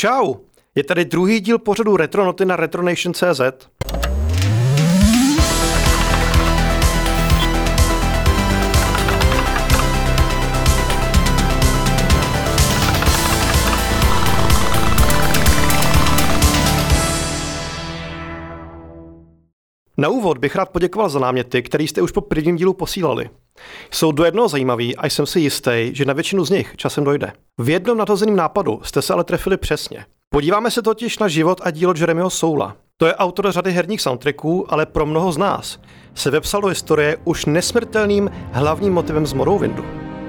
Čau, je tady druhý díl pořadu Retronoty na retronation.cz. Na úvod bych rád poděkoval za náměty, které jste už po prvním dílu posílali. Jsou do jednoho zajímavý a jsem si jistý, že na většinu z nich časem dojde. V jednom nadhozeném nápadu jste se ale trefili přesně. Podíváme se totiž na život a dílo Jeremyho Soula. To je autor řady herních soundtracků, ale pro mnoho z nás se vepsal do historie už nesmrtelným hlavním motivem z Morrowindu.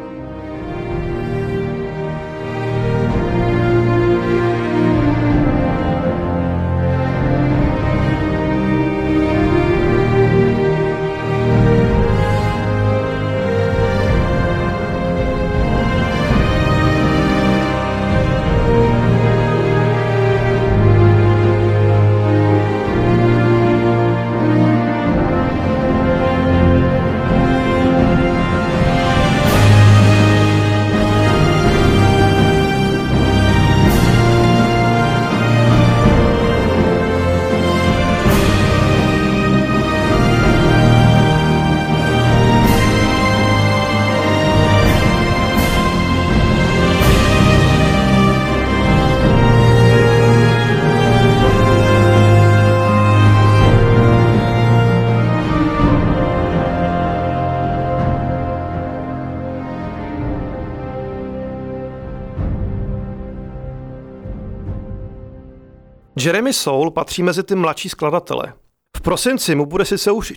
Jeremy Soule patří mezi ty mladší skladatele. V prosinci mu bude sice už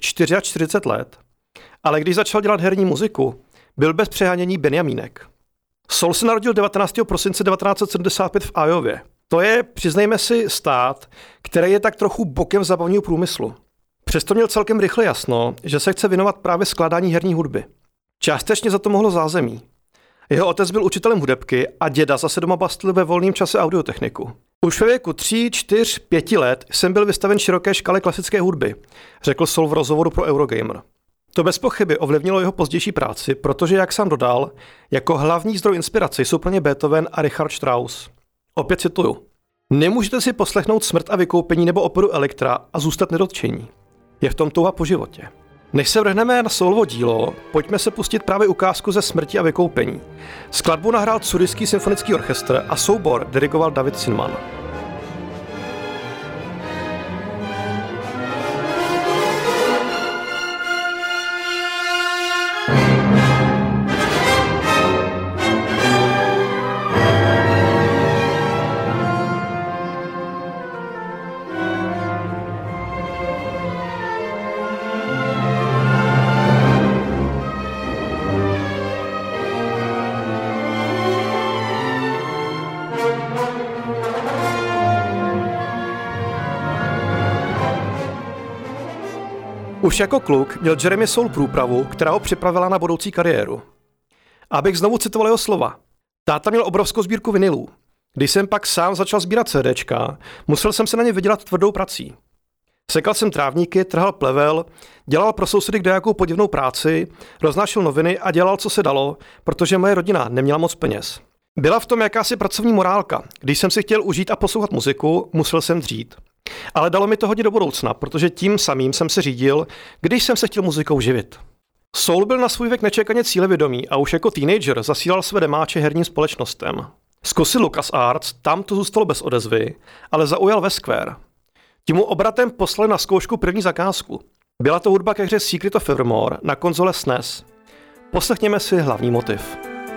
44 let, ale když začal dělat herní muziku, byl bez přehánění Benjamínek. Soule se narodil 19. prosince 1975 v Iowě. To je, přiznejme si, stát, který je tak trochu bokem zábavního průmyslu. Přesto měl celkem rychle jasno, že se chce věnovat právě skládání herní hudby. Částečně za to mohlo zázemí. Jeho otec byl učitelem hudebky a děda zase doma bastlil ve volném čase audiotechniku. Už ve věku 3, 4, 5 let jsem byl vystaven široké škále klasické hudby, řekl Soule v rozhovoru pro Eurogamer. To bez pochyby ovlivnilo jeho pozdější práci, protože, jak sám dodal, jako hlavní zdroj inspirace jsou pro ně Beethoven a Richard Strauss. Opět cituju. Nemůžete si poslechnout Smrt a vykoupení nebo operu Elektra a zůstat nedotčení. Je v tom touha po životě. Než se vrhneme na Soulovo dílo, pojďme se pustit právě ukázku ze Smrti a vykoupení. Skladbu nahrál Curyský symfonický orchestr a soubor dirigoval David Zinman. Už jako kluk měl Jeremy Soule průpravu, která ho připravila na budoucí kariéru. Abych znovu citoval jeho slova. Táta měl obrovskou sbírku vinylů. Když jsem pak sám začal sbírat CDčka, musel jsem se na ně vydělat tvrdou prací. Sekal jsem trávníky, trhal plevel, dělal pro sousedy kdejakou podivnou práci, roznášel noviny a dělal, co se dalo, protože moje rodina neměla moc peněz. Byla v tom jakási pracovní morálka. Když jsem si chtěl užít a poslouchat muziku, musel jsem dřít. Ale dalo mi to hodně do budoucna, protože tím samým jsem se řídil, když jsem se chtěl muzikou živit. Soule byl na svůj věk nečekaně cílevědomý a už jako teenager zasílal své demáče herním společnostem. Zkusil LucasArts, tam to zůstalo bez odezvy, ale zaujal ve Square. Tím mu obratem poslali na zkoušku první zakázku. Byla to hudba ke hře Secret of Evermore na konzole SNES. Poslechněme si hlavní motiv.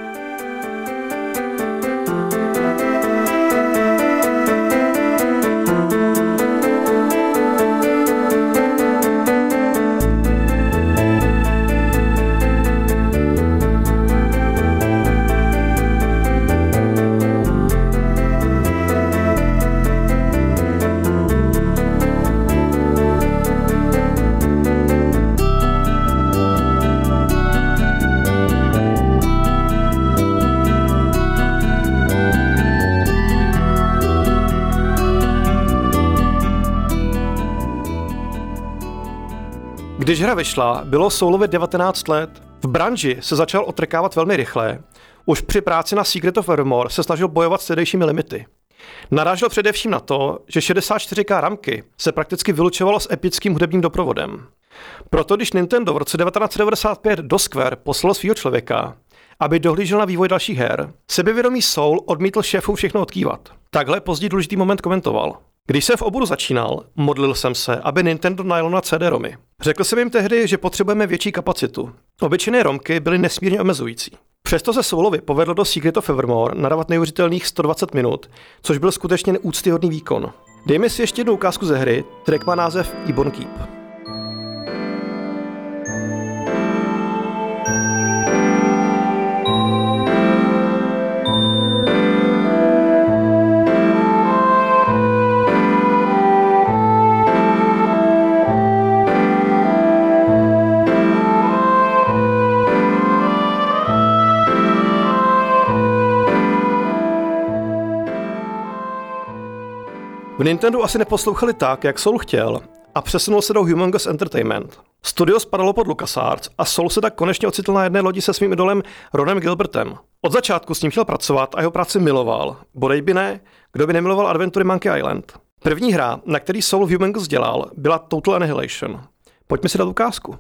Když hra vyšla, bylo Soulovi 19 let. V branži se začal otrkávat velmi rychle. Už při práci na Secret of Evermore se snažil bojovat s tehdejšími limity. Narážel především na to, že 64K ramky se prakticky vylučovalo s epickým hudebním doprovodem. Proto když Nintendo v roce 1995 do Square poslal svýho člověka, aby dohlížel na vývoj dalších her, sebevědomý Soul odmítl šéfům všechno odkývat. Takhle později důležitý moment komentoval. Když jsem v oboru začínal, modlil jsem se, aby Nintendo najelo na CD-romy. Řekl jsem jim tehdy, že potřebujeme větší kapacitu. Obyčejné romky byly nesmírně omezující. Přesto se Soulovi povedlo do Secret of Evermore nadávat neuvěřitelných 120 minut, což byl skutečně neúctyhodný výkon. Dejme si ještě jednu ukázku ze hry, track má název Ebon Keep. V Nintendo asi neposlouchali tak, jak Soul chtěl, a přesunul se do Humongous Entertainment. Studio spadalo pod LucasArts a Soul se tak konečně ocitl na jedné lodi se svým idolem Ronem Gilbertem. Od začátku s ním chtěl pracovat a jeho práci miloval. Bodej by ne, kdo by nemiloval adventury Monkey Island. První hra, na který Soul v Humongous dělal, byla Total Annihilation. Pojďme si dát ukázku.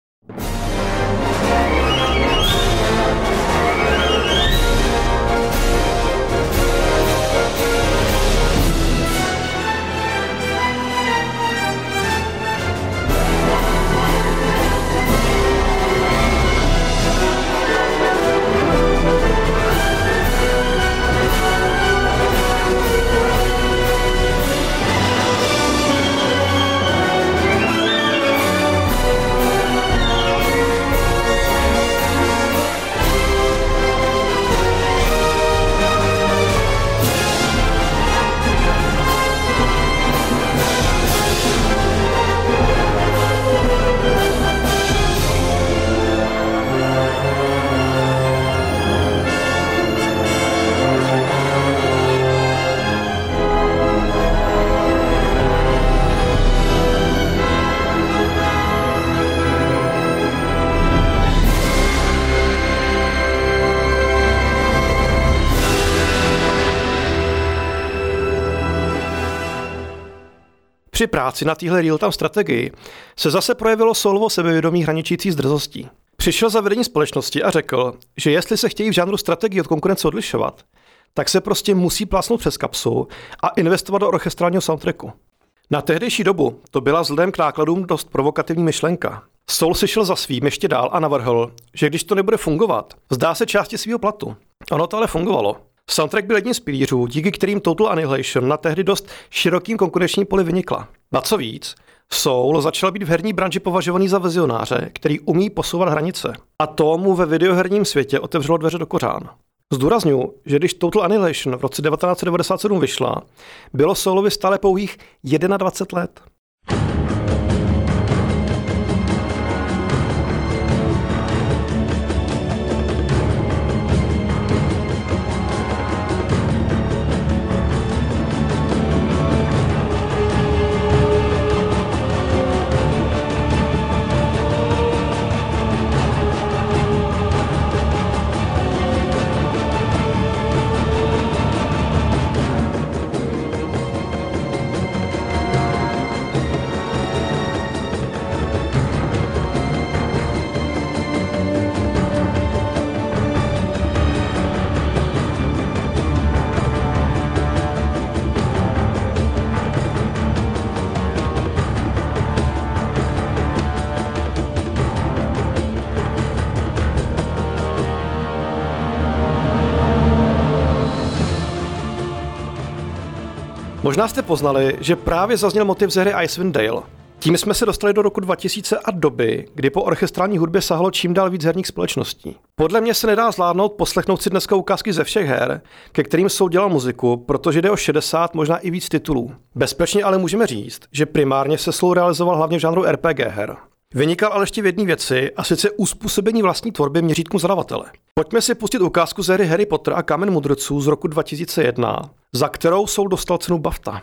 Při práci na téhle real-time strategii se zase projevilo Soulovo sebevědomí hraničící s drzostí. Přišel za vedení společnosti a řekl, že jestli se chtějí v žánru strategii od konkurence odlišovat, tak se prostě musí plásnout přes kapsu a investovat do orchestrálního soundtracku. Na tehdejší dobu to byla vzhledem k nákladům dost provokativní myšlenka. Soul si šel za svým ještě dál a navrhl, že když to nebude fungovat, vzdá se části svého platu. Ono to ale fungovalo. Soundtrack byl jedním z pilířů, díky kterým Total Annihilation na tehdy dost širokým konkurenčním poli vynikla. Na co víc, Soul začal být v herní branži považovaný za vizionáře, který umí posouvat hranice. A to mu ve videoherním světě otevřelo dveře do kořán. Zdůrazňuji, že když Total Annihilation v roce 1997 vyšla, bylo Soulovi stále pouhých 21 let. Možná jste poznali, že právě zazněl motiv ze hry Icewind Dale. Tím jsme se dostali do roku 2000 a doby, kdy po orchestrální hudbě sahalo čím dál víc herních společností. Podle mě se nedá zvládnout poslechnout si dneska ukázky ze všech her, ke kterým Soul dělal muziku, protože jde o 60, možná i víc titulů. Bezpečně ale můžeme říct, že primárně se Soul realizoval hlavně v žánru RPG her. Vynikal ale ještě v jedné věci, a sice uspůsobení vlastní tvorby měřítku zadavatele. Pojďme si pustit ukázku z hry Harry Potter a Kámen mudrců z roku 2001, za kterou Soul dostal cenu BAFTA.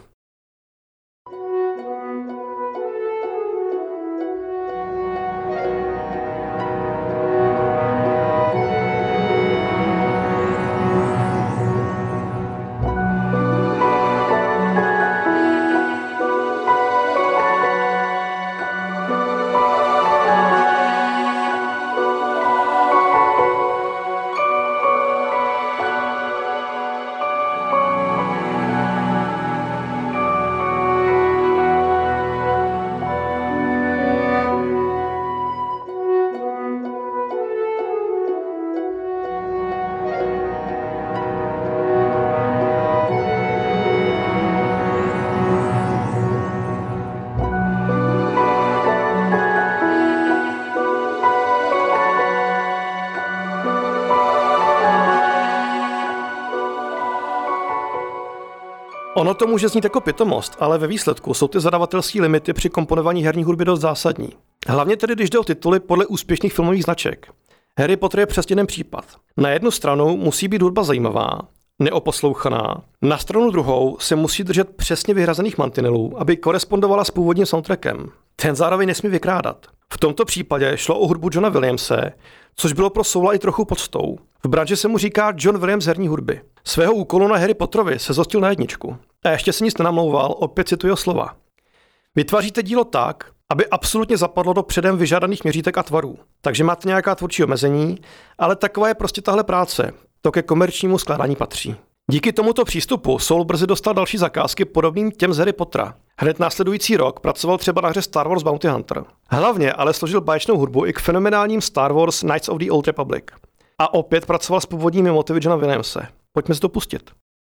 Ono to může znít jako pitomost, ale ve výsledku jsou ty zadavatelské limity při komponování herní hudby dost zásadní. Hlavně tedy, když jde o tituly podle úspěšných filmových značek. Harry Potter je přesně ten případ. Na jednu stranu musí být hudba zajímavá, neoposlouchaná, na stranu druhou se musí držet přesně vyhrazených mantinelů, aby korespondovala s původním soundtrackem. Ten zároveň nesmí vykrádat. V tomto případě šlo o hudbu Johna Williamse, což bylo pro Soula i trochu podstou. V branži se mu říká John Williams herní hudby. Svého úkolu na Harry Potterovi se zhostil na jedničku. A ještě se nic nenamlouval, opět cituji jeho slova. Vytváříte dílo tak, aby absolutně zapadlo do předem vyžádaných měřítek a tvarů. Takže máte nějaká tvůrčí omezení, ale taková je prostě tahle práce. To ke komerčnímu skládání patří. Díky tomuto přístupu Soul brzy dostal další zakázky podobným těm z Harry Pottera. Hned následující rok pracoval třeba na hře Star Wars Bounty Hunter. Hlavně ale složil báječnou hudbu i k fenomenálním Star Wars Knights of the Old Republic. A opět pracoval s původními motivy Johna Williamse. Pojďme si to pustit.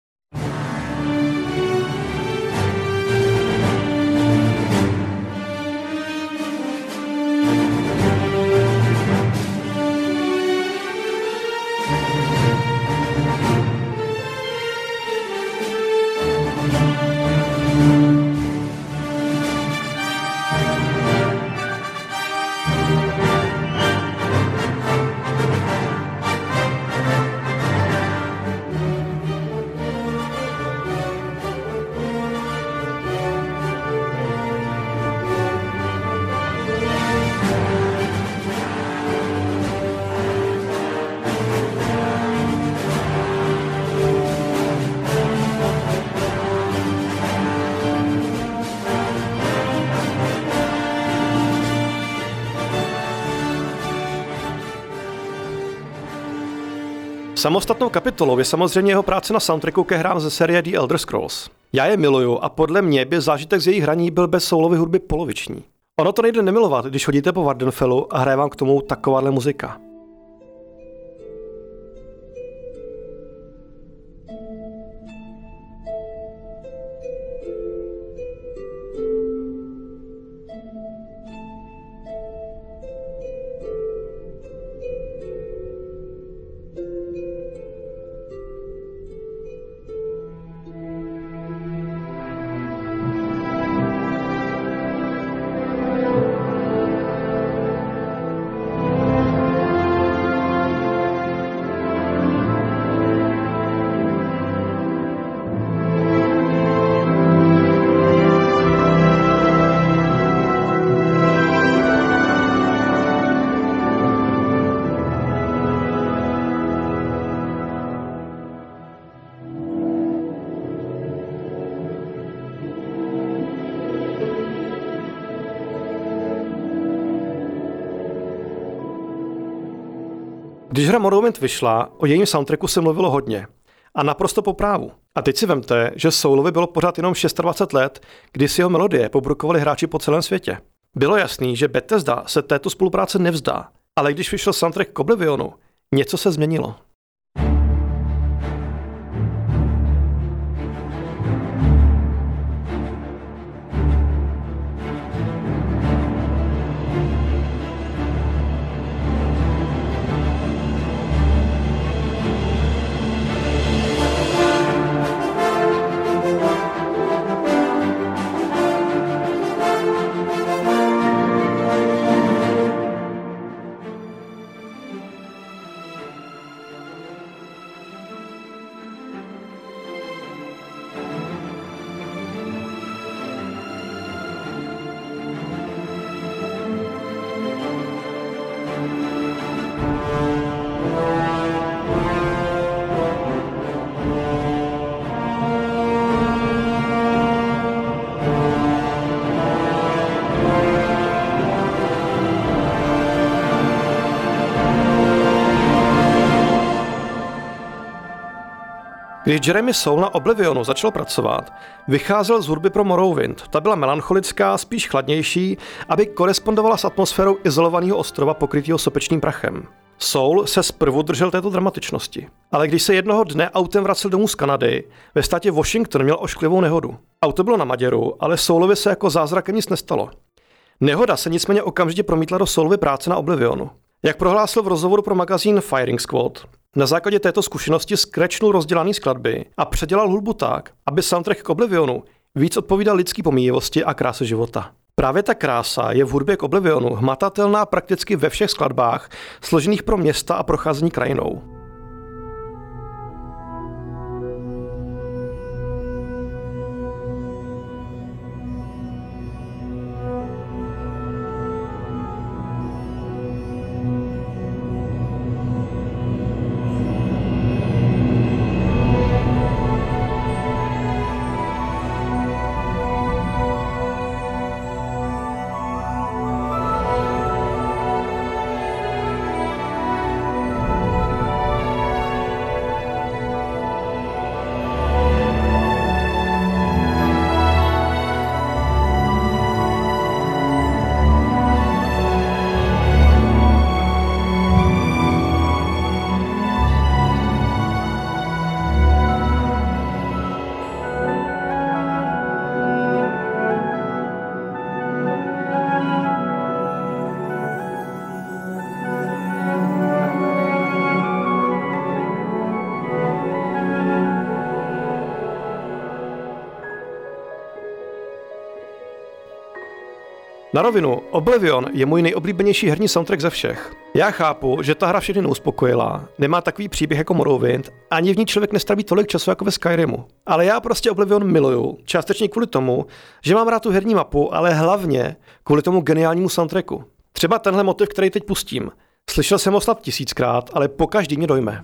Samostatnou kapitolou je samozřejmě jeho práce na soundtracku ke hrám ze série The Elder Scrolls. Já je miluju a podle mě by zážitek z jejich hraní byl bez Soulovy hudby poloviční. Ono to nejde nemilovat, když chodíte po Wardenfellu a hraje vám k tomu takováhle muzika. Když hra Morrowind vyšla, o jejím soundtracku se mluvilo hodně. A naprosto po právu. A teď si vemte, že Soulovi bylo pořád jenom 26 let, kdy si jeho melodie pobrukovali hráči po celém světě. Bylo jasný, že Bethesda se této spolupráce nevzdá, ale když vyšel soundtrack k Oblivionu, něco se změnilo. Když Jeremy Soule na Oblivionu začal pracovat, vycházel z hudby pro Morrowind. Ta byla melancholická, spíš chladnější, aby korespondovala s atmosférou izolovaného ostrova pokrytého sopečným prachem. Soule se zprvu držel této dramatičnosti. Ale když se jednoho dne autem vracel domů z Kanady, ve státě Washington měl ošklivou nehodu. Auto bylo na maděru, ale Soulovi se jako zázrakem nic nestalo. Nehoda se nicméně okamžitě promítla do Soulovy práce na Oblivionu. Jak prohlásil v rozhovoru pro magazín Firing Squad, Na základě této zkušenosti scratchnul rozdělané skladby a předělal hudbu tak, aby soundtrack k Oblivionu víc odpovídal lidský pomíjivosti a kráse života. Právě ta krása je v hudbě k Oblivionu hmatatelná prakticky ve všech skladbách složených pro města a procházení krajinou. Na rovinu, Oblivion je můj nejoblíbenější herní soundtrack ze všech. Já chápu, že ta hra všechny neuspokojila, nemá takový příběh jako Morrowind, ani v ní člověk nestraví tolik času jako ve Skyrimu. Ale já prostě Oblivion miluju, částečně kvůli tomu, že mám rád tu herní mapu, ale hlavně kvůli tomu geniálnímu soundtracku. Třeba tenhle motiv, který teď pustím. Slyšel jsem ho snad 1000krát, ale pokaždý mě dojme.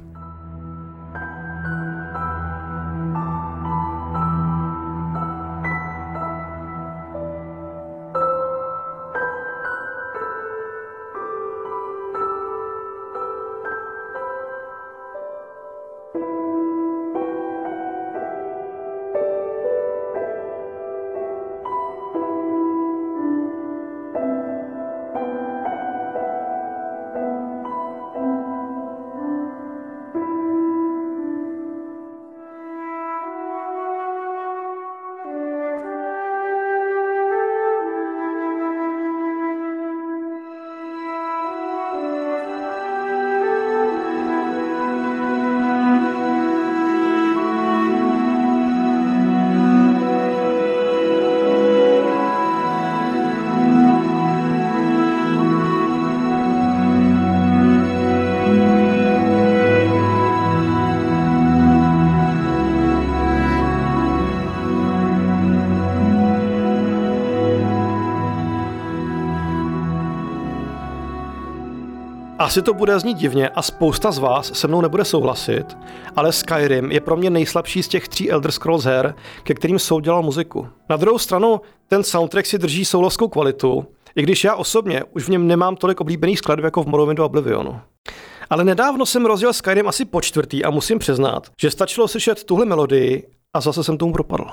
Asi to bude znít divně a spousta z vás se mnou nebude souhlasit, ale Skyrim je pro mě nejslabší z těch 3 Elder Scrolls her, ke kterým Soul dělal muziku. Na druhou stranu, ten soundtrack si drží soulovskou kvalitu, i když já osobně už v něm nemám tolik oblíbených skladeb jako v Morrowindu a Oblivionu. Ale nedávno jsem rozjel Skyrim asi po 4. a musím přiznat, že stačilo slyšet tuhle melodii a zase jsem tomu propadl.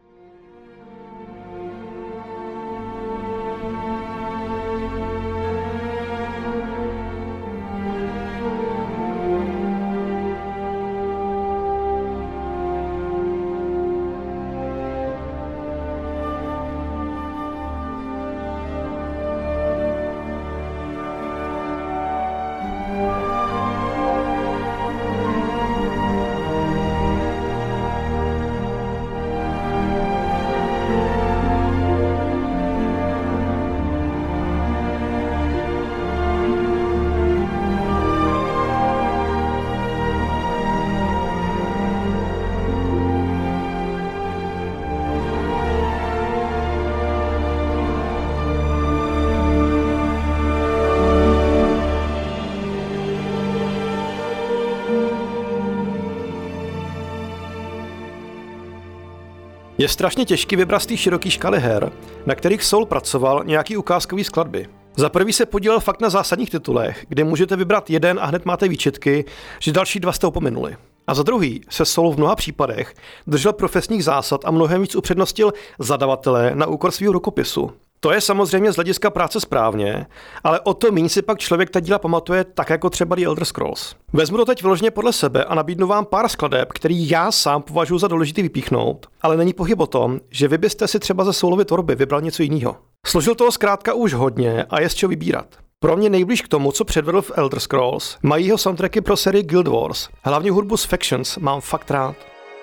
Je strašně těžký vybrat z té široké škály her, na kterých Soul pracoval, nějaký ukázkový skladby. Za prvý se podílel fakt na zásadních titulech, kde můžete vybrat jeden a hned máte výčitky, že další 2 jste opomenuli. A za druhý se Soul v mnoha případech držel profesních zásad a mnohem víc upřednostil zadavatele na úkor svého rukopisu. To je samozřejmě z hlediska práce správně, ale o to méně si pak člověk ta díla pamatuje tak jako třeba The Elder Scrolls. Vezmu to teď vyloženě podle sebe a nabídnu vám pár skladeb, který já sám považuji za důležitý vypíchnout, ale není pochyb o tom, že vy byste si třeba ze Soulovy tvorby vybral něco jiného. Složil toho zkrátka už hodně a je z čeho vybírat. Pro mě nejblíž k tomu, co předvedl v Elder Scrolls, mají jeho soundtracky pro sérii Guild Wars. Hlavně hudbu z Factions mám fakt rád.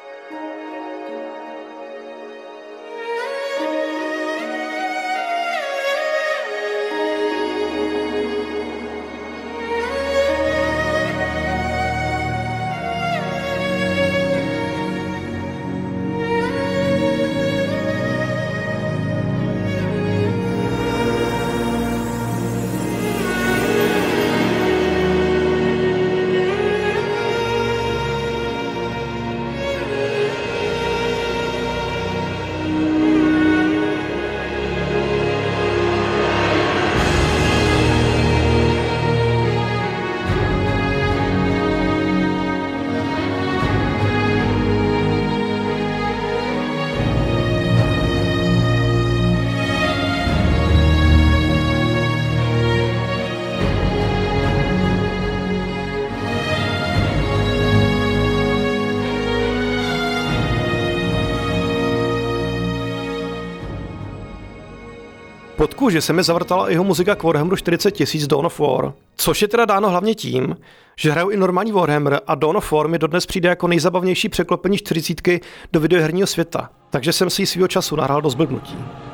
Pod kůži se mi zavrtala jeho muzika k Warhammeru 40 000 Dawn of War, což je teda dáno hlavně tím, že hraju i normální Warhammer a Dawn of War mi dodnes přijde jako nejzabavnější překlopení 40 do videoherního světa, takže jsem si ji svýho času nahrál do zblbnutí.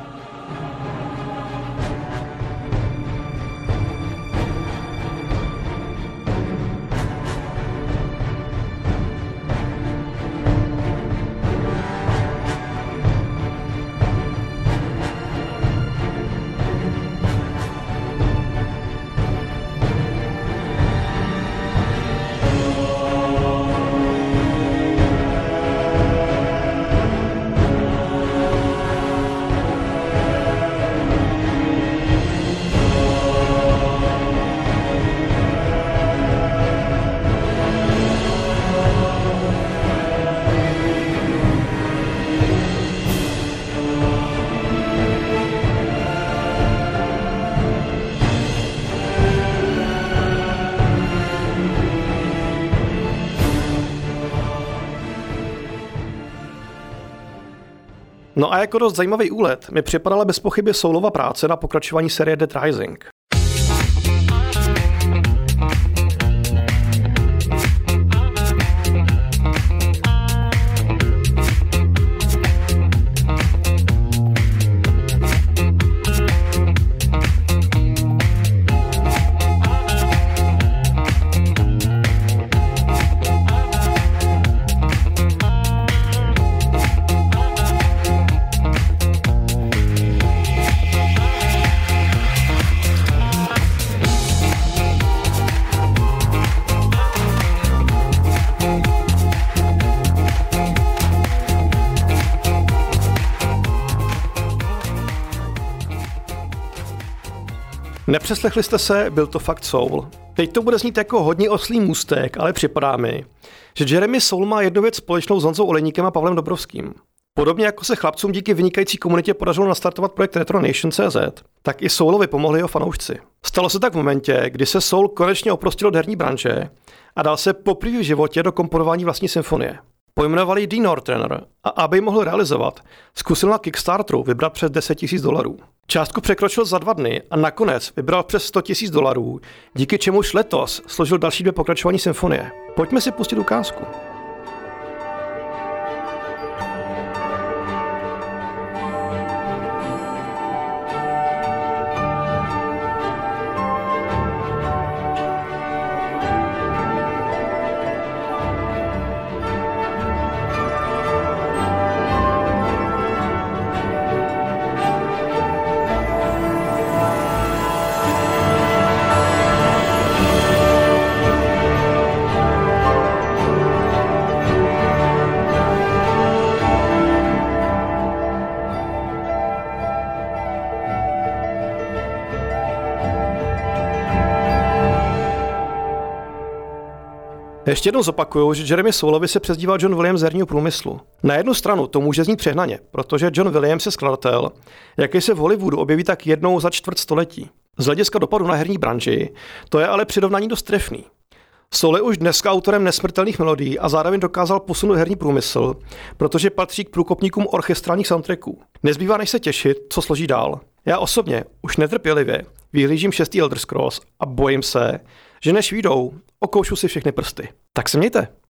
No a jako dost zajímavý úlet mi připadala bez pochyby Soulova práce na pokračování série Dead Rising. Nepřeslechli jste se, byl to fakt Soul. Teď to bude znít jako hodně oslý můstek, ale připadá mi, že Jeremy Soule má jednu věc společnou s Honzou Olejníkem a Pavlem Dobrovským. Podobně jako se chlapcům díky vynikající komunitě podařilo nastartovat projekt RetroNation.cz, tak i Soulovi pomohli jeho fanoušci. Stalo se tak v momentě, kdy se Soul konečně oprostil od herní branže a dal se poprvé v životě do komponování vlastní symfonie. Pojmenovali ji Dean Northrender a aby ji mohl realizovat, zkusil na Kickstarteru vybrat přes $10,000. Částku překročil za 2 dny a nakonec vybral přes $100,000, díky čemuž letos složil další 2 pokračování symfonie. Pojďme si pustit ukázku. Ještě jednou zopakuju, že Jeremy Soulovi se přezdívá John Williams z herního průmyslu. Na jednu stranu to může znít přehnaně, protože John Williams je skladatel, jaký se v Hollywoodu objeví tak jednou za čtvrt století. Z hlediska dopadu na herní branži to je ale přirovnání dost trefný. Soul je už dneska autorem nesmrtelných melodií a zároveň dokázal posunout herní průmysl, protože patří k průkopníkům orchestrálních soundtracků. Nezbývá než se těšit, co složí dál. Já osobně už netrpělivě vyhlížím 6. Elder Scrolls a bojím se, že než vyjdou, okoušu si všechny prsty. Tak se mějte.